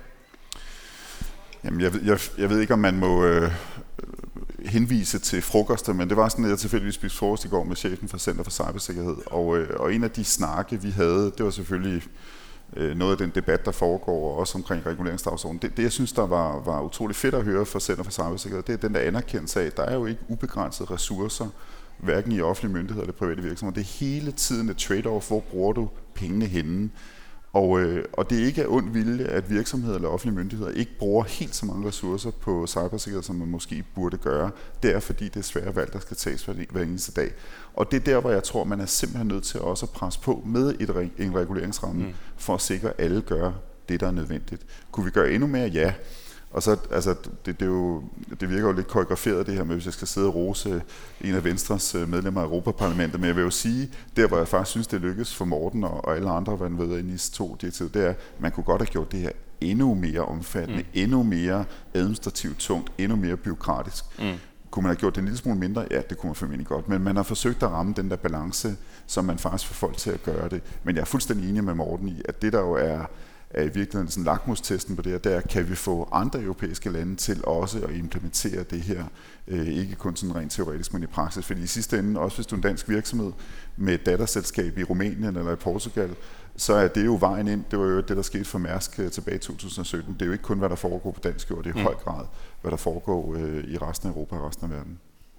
Jamen, jeg, jeg, jeg ved ikke, om man må øh, henvise til frokoster, men det var sådan, at jeg tilfældigvis spiste frokost i går med chefen for Center for Cybersikkerhed. Og, øh, og en af de snakke, vi havde, det var selvfølgelig øh, noget af den debat, der foregår, også omkring reguleringsdagsordenen. Det, det, jeg synes, der var, var utrolig fedt at høre fra Center for Cybersikkerhed, det er den der anerkendelse af, at der er jo ikke ubegrænsede ressourcer, hverken i offentlige myndigheder eller private virksomheder. Det er hele tiden et trade-off, hvor bruger du pengene henne. Og, øh, og det er ikke af ond vilje, at virksomheder eller offentlige myndigheder ikke bruger helt så mange ressourcer på cybersikkerhed, som man måske burde gøre. Det er fordi, det er svære valg, der skal tages hver, hver eneste dag. Og det er der, hvor jeg tror, man er simpelthen nødt til også at presse på med et, en reguleringsramme, mm. for at sikre, at alle gør det, der er nødvendigt. Kunne vi gøre endnu mere? Ja. Og så, altså, det, det, er jo, det virker jo lidt koreograferet det her med, hvis jeg skal sidde og rose en af Venstres medlemmer af Europaparlamentet, men jeg vil jo sige, der hvor jeg faktisk synes, det lykkes for Morten og, og alle andre, hvad ved i NIS to direktivet, det er, at man kunne godt have gjort det her endnu mere omfattende, mm. endnu mere administrativt tungt, endnu mere bureaukratisk. Mm. Kunne man have gjort det en lille smule mindre? Ja, det kunne man formentlig godt, men man har forsøgt at ramme den der balance, som man faktisk får folk til at gøre det. Men jeg er fuldstændig enig med Morten i, at det der jo er er i virkeligheden sådan lakmustesten på det her, der kan vi få andre europæiske lande til også at implementere det her, øh, ikke kun sådan rent teoretisk, men i praksis. Fordi i sidste ende, også hvis du er en dansk virksomhed med et datterselskab i Rumænien eller i Portugal, så er det jo vejen ind. Det var jo det, der skete for Mærsk tilbage i to tusind og sytten. Det er jo ikke kun, hvad der foregår på dansk jord, det er i mm. høj grad, hvad der foregår øh, i resten af Europa og resten af verden.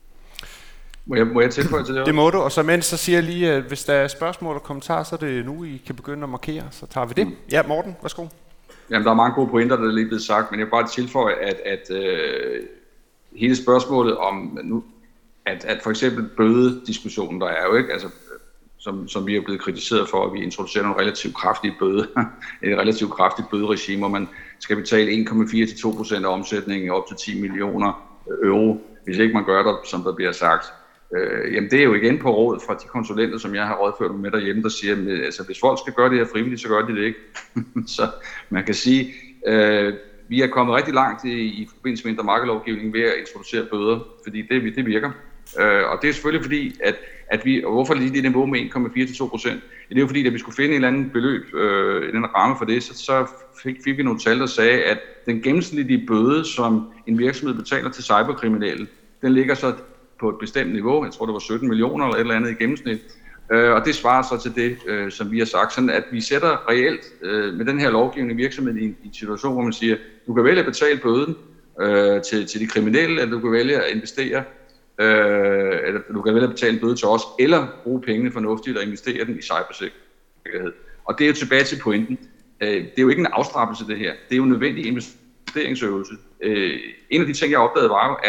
Må jeg, må jeg tilføje til det? Det må du, og så mens så siger jeg lige, at hvis der er spørgsmål og kommentarer, så er det nu, I kan begynde at markere, så tager vi det. Mm. Ja, Morten, værsgo. Jamen, der er mange gode pointer, der er lige blevet sagt, men jeg vil bare tilføje, at, at øh, hele spørgsmålet om, nu, at, at for eksempel bødediskussionen, der er jo ikke, altså, som, som vi er blevet kritiseret for, at vi introducerer nogle relativt kraftige bøde, et relativt kraftigt bøderegime, hvor man skal betale en komma fire til to procent af omsætningen op til ti millioner euro, hvis ikke man gør det, som der bliver sagt. Øh, jamen det er jo igen på råd fra de konsulenter, som jeg har rådført med derhjemme, der siger, at altså, hvis folk skal gøre det her frivilligt, så gør de det ikke. Så man kan sige, øh, vi er kommet rigtig langt i, i forbindelse med indre markedlovgivning ved at introducere bøder, fordi det, det virker. Øh, og det er selvfølgelig fordi, at, at vi, og hvorfor lige det niveau med en komma fire til to procent? Det er jo fordi, at vi skulle finde en eller anden beløb, øh, en ramme for det, så, så fik, fik vi nogle tal, der sagde, at den gennemsnitlige bøde, som en virksomhed betaler til cyberkriminelle, den ligger så på et bestemt niveau, jeg tror det var sytten millioner eller et eller andet i gennemsnit, øh, og det svarer så til det, øh, som vi har sagt, sådan at vi sætter reelt øh, med den her lovgivning virksomheden i, i en situation, hvor man siger, du kan vælge at betale bøden øh, til, til de kriminelle, eller du kan vælge at investere, øh, eller du kan vælge at betale en bøde til os, eller bruge pengene fornuftigt og investere den i cybersikkerhed. Og det er jo tilbage til pointen. Øh, det er jo ikke en afstraffelse det her, det er jo en nødvendig investeringsøvelse. Øh, en af de ting, jeg opdagede var jo, at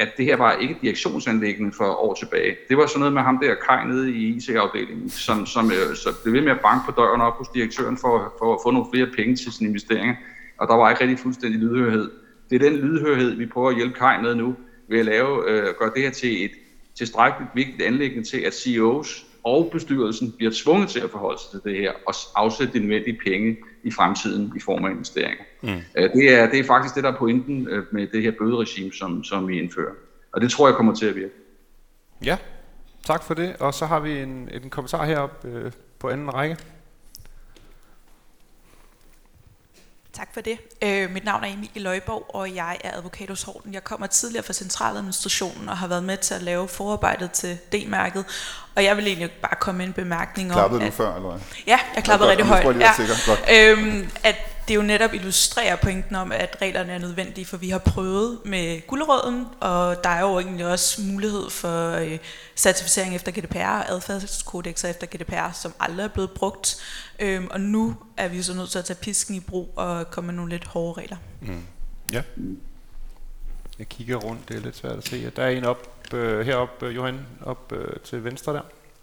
at det her var ikke direktionsanlæggende for år tilbage. Det var sådan noget med ham der Kai nede i I T-afdelingen, som, som så blev ved med at banke på døren op hos direktøren for, for at få nogle flere penge til sine investeringer, og der var ikke rigtig fuldstændig lydhørhed. Det er den lydhørhed, vi prøver at hjælpe Kai med nu, ved at lave, øh, gøre det her til et tilstrækkeligt vigtigt anliggende til, at C E O's og bestyrelsen bliver tvunget til at forholde sig til det her og afsætte de nødvendige penge i fremtiden i form af investeringer. Mm. Det, er, det er faktisk det, der er pointen med det her bøderegime, som, som vi indfører. Og det tror jeg kommer til at virke. Ja, tak for det. Og så har vi en, en kommentar heroppe øh, på anden række. Tak for det. Øh, mit navn er Emilie Løjborg, og jeg er advokat hos Horten. Jeg kommer tidligere fra Centraladministrationen og har været med til at lave forarbejdet til D-mærket. Og jeg vil egentlig bare komme med en bemærkning om... Klappede du at, før, eller hvad? Ja, jeg klappede rigtig højt. Ja. Øhm, at det jo netop illustrerer pointen om, at reglerne er nødvendige, for vi har prøvet med gulerøden, og der er jo egentlig også mulighed for øh, certificering efter G D P R og adfærdskodexer efter G D P R, som aldrig er blevet brugt. Øhm, og nu er vi så nødt til at tage pisken i brug og komme med nogle lidt hårde regler. Mm. Ja. Jeg kigger rundt, det er lidt svært at se. Der er en op øh, heroppe, øh, Johan, op øh, til venstre der.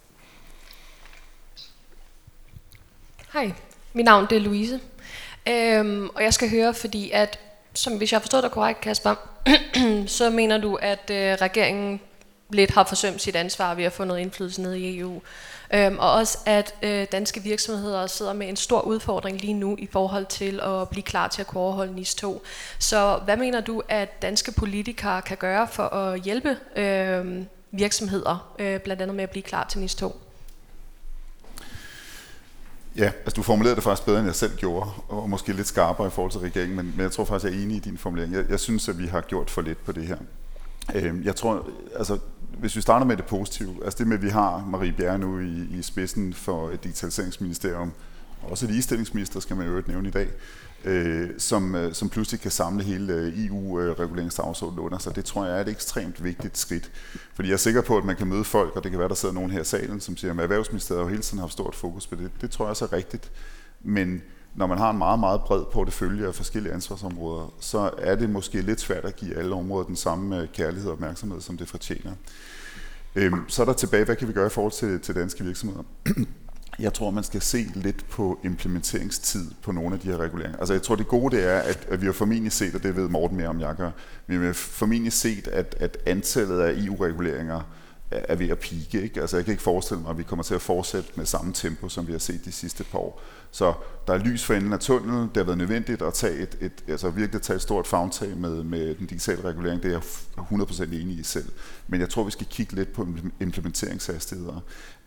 Hej, mit navn det er Louise. Øhm, og jeg skal høre, fordi at, som hvis jeg har forstået dig korrekt, Kasper, så mener du, at øh, regeringen lidt har forsømt sit ansvar ved at få noget indflydelse ned i E U. Øhm, og også at øh, danske virksomheder sidder med en stor udfordring lige nu i forhold til at blive klar til at kunne overholde NIS to. Så hvad mener du, at danske politikere kan gøre for at hjælpe øh, virksomheder, øh, blandt andet med at blive klar til NIS to? Ja, altså du formulerede det faktisk bedre, end jeg selv gjorde, og måske lidt skarpere i forhold til regeringen, men, men jeg tror faktisk, jeg er enig i din formulering. Jeg, jeg synes, at vi har gjort for lidt på det her. Øh, jeg tror, altså hvis vi starter med det positive, altså det med, at vi har Marie Bjerre nu i, i spidsen for et digitaliseringsministerium, også et ligestillingsminister, skal man jo nævne i dag, øh, som, øh, som pludselig kan samle hele E U-reguleringsdagsordenen under sig. Det tror jeg er et ekstremt vigtigt skridt. Fordi jeg er sikker på, at man kan møde folk, og det kan være, der sidder nogen her i salen, som siger, at Erhvervsministeriet jo hele tiden har haft stort fokus på det. Det tror jeg også er rigtigt. Men når man har en meget, meget bred portefølje af forskellige ansvarsområder, så er det måske lidt svært at give alle områder den samme kærlighed og opmærksomhed, som det fortjener. Øhm, så er der tilbage, hvad kan vi gøre i forhold til, til danske virksomheder? Jeg tror, man skal se lidt på implementeringstid på nogle af de her reguleringer. Altså jeg tror, det gode det er, at, at vi har formentlig set, og det ved Morten mere om jeg gør, vi har formentlig set, at, at antallet af E U-reguleringer er ved at pike. Ikke? Altså jeg kan ikke forestille mig, at vi kommer til at fortsætte med samme tempo, som vi har set de sidste par år. Så der er lys for enden af tunnelen. Det har været nødvendigt at tage et, et, altså virkelig tage et stort favntag med, med den digitale regulering. Det er jeg hundrede procent enig i selv. Men jeg tror, vi skal kigge lidt på implementeringshastigheder.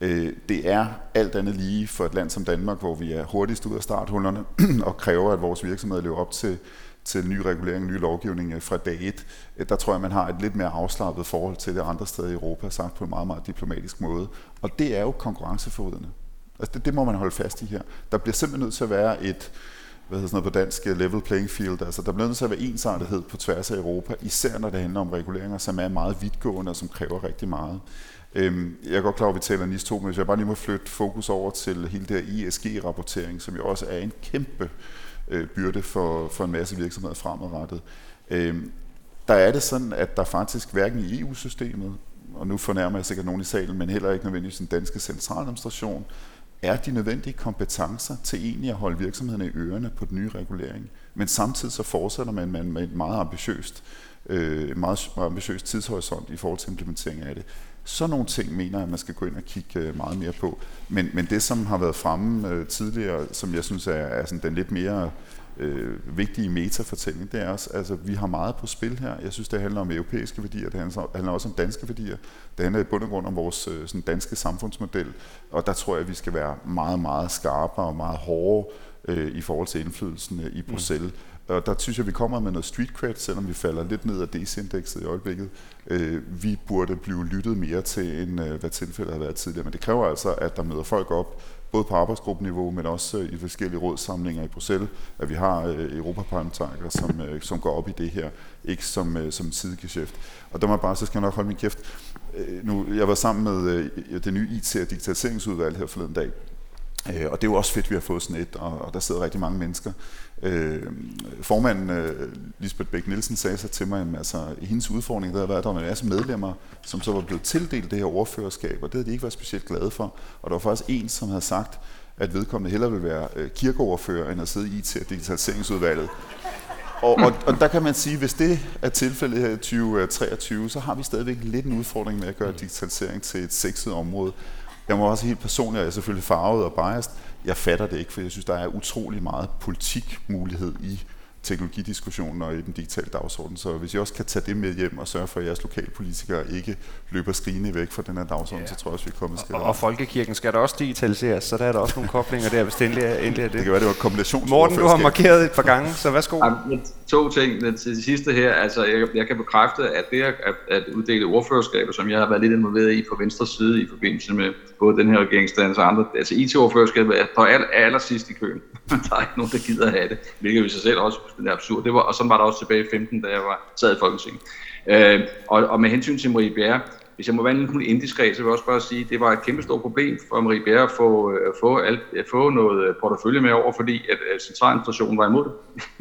Det er alt andet lige for et land som Danmark, hvor vi er hurtigst ud af starthullerne og kræver, at vores virksomheder lever op til til ny regulering, ny lovgivning fra dag et. Der tror jeg, man har et lidt mere afslappet forhold til det andre steder i Europa, sagt på en meget, meget diplomatisk måde. Og det er jo konkurrenceforvridende. Altså det, det må man holde fast i her. Der bliver simpelthen nødt til at være et, hvad hedder sådan noget på dansk, level playing field. Altså der bliver nødt til at være ensartethed på tværs af Europa, især når det handler om reguleringer, som er meget vidtgående og som kræver rigtig meget. Jeg er godt klar over, at vi taler NIS to, men hvis jeg bare lige må flytte fokus over til hele det her E S G-rapportering, som jo også er en kæmpe byrde for, for en masse virksomheder fremadrettet. Øhm, der er det sådan, at der faktisk hverken i E U-systemet, og nu fornærmer jeg sikkert nogen i salen, men heller ikke nødvendigvis den danske centraladministration, er de nødvendige kompetencer til egentlig at holde virksomhederne i ørerne på den nye regulering. Men samtidig så fortsætter man med et meget ambitiøst, øh, meget ambitiøst tidshorisont i forhold til implementering af det. Så nogle ting mener jeg, at man skal gå ind og kigge meget mere på. Men, men det, som har været fremme øh, tidligere, som jeg synes er, er sådan den lidt mere øh, vigtige metafortælling, det er også, altså vi har meget på spil her. Jeg synes, det handler om europæiske værdier, det handler også om danske værdier. Det handler i bund og grund om vores øh, sådan danske samfundsmodel, og der tror jeg, at vi skal være meget, meget skarpere og meget hårde øh, i forhold til indflydelsen øh, i Bruxelles. Mm. Og der synes jeg, vi kommer med noget street cred, selvom vi falder lidt ned af D C indekset i øjeblikket. Øh, vi burde blive lyttet mere til, end øh, hvad tilfældet har været tidligere. Men det kræver altså, at der møder folk op, både på arbejdsgruppeniveau, men også øh, i forskellige rådssamlinger i Bruxelles, at vi har øh, europaparlamentarikere, som, øh, som går op i det her, ikke som, øh, som sidegeschæft. Og der må jeg bare, så skal jeg nok holde min kæft. Øh, nu, jeg var sammen med øh, det nye I T- og digitaliseringsudvalg her forleden dag, Øh, og det er jo også fedt, at vi har fået sådan et, og, og der sidder rigtig mange mennesker. Øh, formanden øh, Lisbeth Bech-Nielsen sagde så til mig, at altså, i hendes udfordring, der har været, der var en masse medlemmer, som så var blevet tildelt det her ordførerskab, og det havde de ikke været specielt glade for. Og der var faktisk en, som havde sagt, at vedkommende hellere ville være øh, kirkeordfører, end at sidde i I T- og digitaliseringsudvalget. Og, og, og der kan man sige, at hvis det er tilfældet her i tyve treogtyve, så har vi stadigvæk lidt en udfordring med at gøre digitalisering til et sexet område. Jeg må også helt personligt, og jeg er selvfølgelig farvet og biased, jeg fatter det ikke, for jeg synes, der er utrolig meget politikmulighed i teknologidiskussionen og i den digitale dagsorden. Så hvis I også kan tage det med hjem og sørge for, at jeres lokalpolitikere ikke løber skrigende væk fra den her dagsorden, ja. Så tror jeg også, vi er kommet skridt. Og, og folkekirken skal der også digitaliseres, så der er der også nogle koblinger der, hvis det endelig er, endelig er det. Det kan være, det var kombinations. Morten, du har markeret et par gange, så værsgo. Ja, to ting til det sidste her. Altså, jeg, jeg kan bekræfte, at det at, at uddele ordførerskaber, som jeg har været lidt involveret i på venstre side i forbindelse med både den her regeringsdannelse og andre, altså I T-ordførerskabet er på aller, aller sidst i køen. Der er ikke nogen, der gider have det, hvilket i sig selv også er absurd. Det var, og sådan var der også tilbage i femten, da jeg var sad i Folketinget. Øh, og, og med hensyn til Marie Bjerre, hvis jeg må være en lille smule indiskret, så vil jeg også bare sige, at det var et kæmpestort problem for Marie Bjerre at få, at få, alt, at få noget portefølje med over, fordi at, at centraladministrationen var imod det.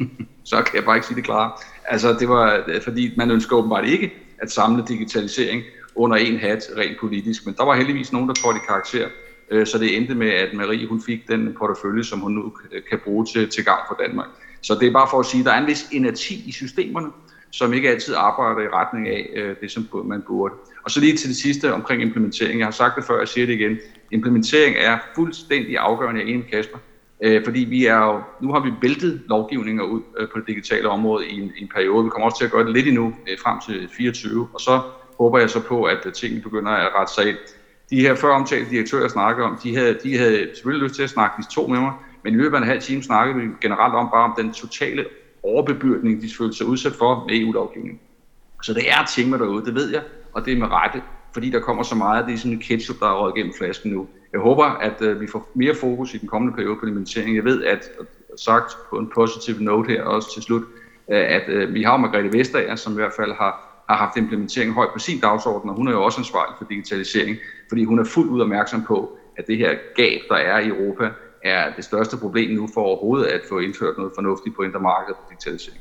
Så kan jeg bare ikke sige det klare. Altså, det var, fordi man ønsker åbenbart ikke at samle digitalisering under en hat rent politisk, men der var heldigvis nogen, der trådte i karakter, så det endte med, at Marie hun fik den portefølje, som hun nu kan bruge til, til gavn for Danmark. Så det er bare for at sige, at der er en vis inerti i systemerne, som ikke altid arbejder i retning af øh, det, som man burde. Og så lige til det sidste omkring implementering. Jeg har sagt det før, jeg siger det igen. Implementering er fuldstændig afgørende, jeg er enig med Kasper. Øh, fordi vi er jo, nu har vi væltet lovgivninger ud øh, på det digitale område i en, i en periode. Vi kommer også til at gøre det lidt endnu øh, frem til fireogtyve. Og så håber jeg så på, at tingene begynder at rette sig ind. De her før omtalte direktører, jeg snakker om, de havde, de havde selvfølgelig lyst til at snakke de to med mig, men i løbet af en halv time snakkede vi generelt om bare om den totale overbebyrdning, de følte sig udsat for med E U-lovgivningen. Så det er ting med derude, det ved jeg, og det er med rette, fordi der kommer så meget, det er sådan en ketchup, der er røget gennem flasken nu. Jeg håber, at uh, vi får mere fokus i den kommende periode på implementering. Jeg ved, at sagt på en positiv note her også til slut, uh, at uh, vi har Margrethe Vestager, som i hvert fald har har haft implementering højt på sin dagsorden, og hun er jo også ansvarlig for digitalisering, fordi hun er fuldt ud opmærksom på, at det her gab, der er i Europa, er det største problem nu for overhovedet at få indført noget fornuftigt på indre marked på digitalisering.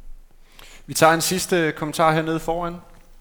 Vi tager en sidste kommentar hernede foran.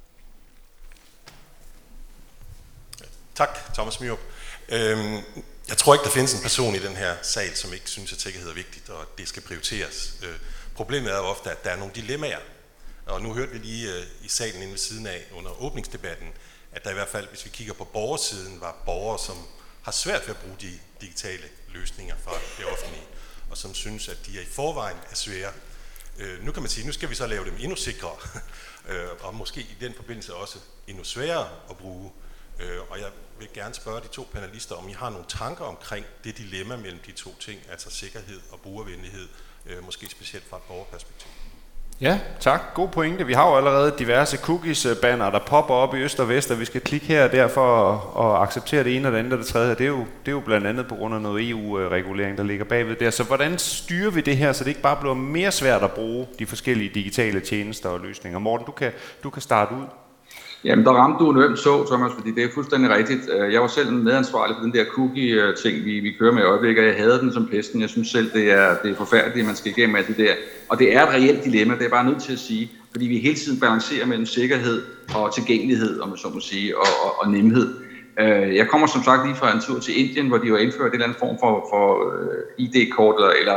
Tak, Thomas Myrup. Øhm, jeg tror ikke, der findes en person i den her sal, som ikke synes, at sikkerhed er vigtigt, og at det skal prioriteres. Øh, problemet er jo ofte, at der er nogle dilemmaer. Og nu hørte vi lige øh, i salen inde ved siden af under åbningsdebatten, at der i hvert fald, hvis vi kigger på borgersiden, var borgere, som har svært ved at bruge de digitale løsninger fra det offentlige, og som synes, at de er i forvejen er svære. Øh, nu kan man sige, nu skal vi så lave dem endnu sikrere, øh, og måske i den forbindelse også endnu sværere at bruge. Øh, og jeg vil gerne spørge de to panelister, om I har nogle tanker omkring det dilemma mellem de to ting, altså sikkerhed og brugervenlighed, øh, måske specielt fra et borgerperspektiv. Ja, tak. God pointe. Vi har jo allerede diverse cookies-banner, der popper op i øst og vest, og vi skal klikke her og der for at, at acceptere det ene og det andet og det tredje. Det er, jo, det er jo blandt andet på grund af noget E U-regulering, der ligger bagved der. Så hvordan styrer vi det her, så det ikke bare bliver mere svært at bruge de forskellige digitale tjenester og løsninger? Morten, du kan, du kan starte ud. Jamen, der ramte du en øm så, Thomas, fordi det er fuldstændig rigtigt. Jeg var selv medansvarlig for den der cookie-ting, vi, vi kører med i øjeblikket, og jeg havde den som pesten. Jeg synes selv, det er, det er forfærdeligt, at man skal igennem alt det der. Og det er et reelt dilemma, det er jeg bare nødt til at sige, fordi vi hele tiden balancerer mellem sikkerhed og tilgængelighed, om man så må sige, og, og, og nemhed. Jeg kommer som sagt lige fra en tur til Indien, hvor de har indført en eller anden form for, for I D-kort eller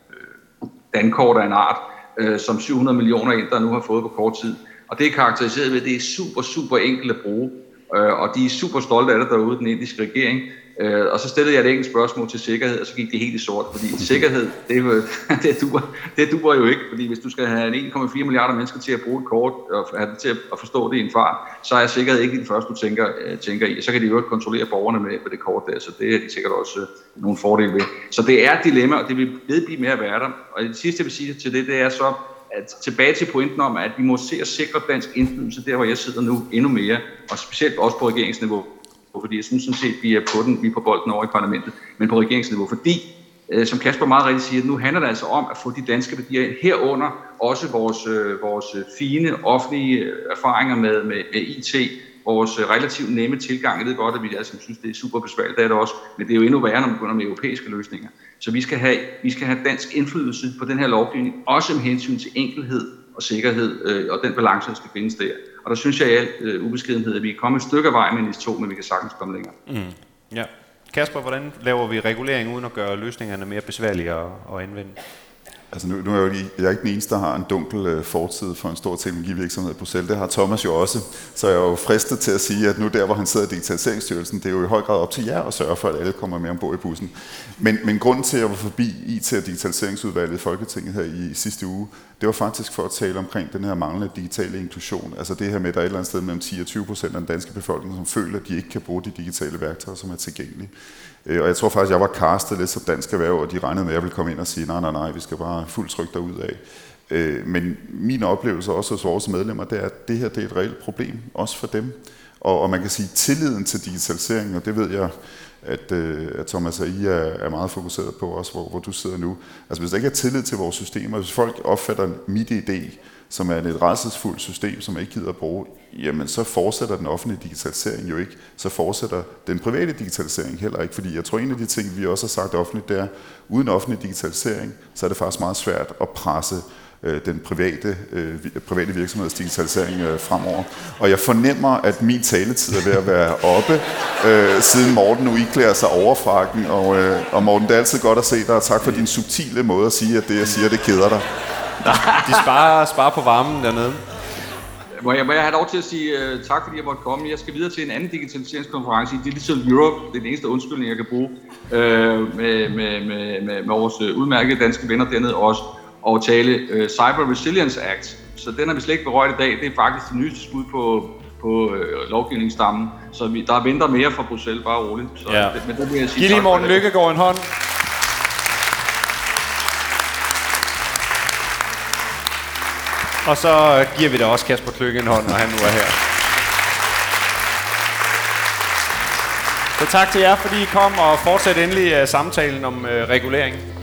dankort af en art, som syv hundrede millioner indere nu har fået på kort tid. Og det er karakteriseret ved, at det er super, super enkelt at bruge, og de er super stolte af det derude, den indiske regering. Og så stillede jeg et enkelt spørgsmål til sikkerhed, og så gik det helt i sort, fordi sikkerhed, det, det, duer, det duer jo ikke, fordi hvis du skal have en komma fire milliarder mennesker til at bruge et kort, og have det til at forstå det i en fart, så er sikkerhed ikke det første, du tænker, tænker i. Så kan de jo ikke kontrollere borgerne med på det kort der, så det er de sikkert også nogle fordele ved. Så det er et dilemma, og det vil blive mere værre. Og det sidste, jeg vil sige til det, det er så, at tilbage til pointen om, at vi må se at sikre dansk indflydelse der, hvor jeg sidder nu, endnu mere, og specielt også på regeringsniveau, fordi jeg synes sådan set, vi er på den, vi er på bolden over i parlamentet, men på regeringsniveau, fordi, øh, som Kasper meget rigtigt siger, nu handler det altså om at få de danske værdier ind, herunder også vores, øh, vores fine offentlige erfaringer med, med, med I T, vores relativt nemme tilgang. Jeg ved godt, at vi altså synes, det er super besværligt, det er det også, men det er jo endnu værre, når man begynder med europæiske løsninger. Så vi skal have, vi skal have dansk indflydelse på den her lovgivning, også med hensyn til enkelhed og sikkerhed, øh, og den balance, der skal findes der. Og der synes jeg i al øh, ubeskedenhed, at vi er kommet et stykke af vej med N I S to, men vi kan sagtens komme længere. Mm. Ja. Kasper, hvordan laver vi regulering uden at gøre løsningerne mere besværlige at, at anvende? Altså nu, nu er jeg jo lige, jeg er ikke den eneste, der har en dunkel øh, fortid for en stor teknologivirksomhed i Bruxelles. Det har Thomas jo også. Så jeg er jo fristet til at sige, at nu der, hvor han sidder i Digitaliseringsstyrelsen, det er jo i høj grad op til jer at sørge for, at alle kommer med ombord i bussen. Men, men grunden til, at jeg var forbi I T og Digitaliseringsudvalget i Folketinget her i, i sidste uge, det var faktisk for at tale omkring den her manglende digitale inklusion. Altså det her med, at der er et eller andet sted mellem ti og tyve procent af den danske befolkning, som føler, at de ikke kan bruge de digitale værktøjer, som er tilgængelige. Og jeg tror faktisk, jeg var castet lidt som Dansk Erhverv, og de regnede med, at jeg ville komme ind og sige, nej, nej, nej, vi skal bare fuldt tryk derud af. Men min oplevelse også hos vores medlemmer, det er, at det her det er et reelt problem, også for dem. Og, og man kan sige, tilliden til digitaliseringen, og det ved jeg, at, at Thomas og I er, er meget fokuseret på, også hvor, hvor du sidder nu. Altså hvis der ikke er tillid til vores systemer, hvis folk opfatter MitID, som er et rædselsfuldt system, som man ikke gider at bruge, jamen så fortsætter den offentlige digitalisering jo ikke. Så fortsætter den private digitalisering heller ikke. Fordi jeg tror, en af de ting, vi også har sagt offentligt, det er, uden offentlig digitalisering, så er det faktisk meget svært at presse øh, den private, øh, private virksomheds digitalisering øh, fremover. Og jeg fornemmer, at min taletid er ved at være oppe, øh, siden Morten nu iklæder sig overfrakken. Og, øh, og Morten, det er altid godt at se dig, og tak for din subtile måde at sige, at det, jeg siger, det keder dig. De sparer, sparer på varmen dernede. Må jeg, må jeg have lov til at sige uh, tak, fordi jeg måtte komme. Jeg skal videre til en anden digitaliseringskonference i Digital Europe. Det er den eneste undskyldning, jeg kan bruge, uh, med, med, med, med, med vores udmærkede danske venner dernede også, og tale uh, Cyber Resilience Act. Så den har vi slet ikke berørt i dag. Det er faktisk det nyeste skud på, på uh, lovgivningsstammen. Så vi, der venter mere fra Bruxelles, bare roligt. Så, ja. det, men det vil jeg sige. Giv lige Morten Lykkegaard en hånd. Og så giver vi da også Kasper Kløkke en hånd, når han nu er her. Så tak til jer, fordi I kom, og fortsæt endelig samtalen om uh, regulering.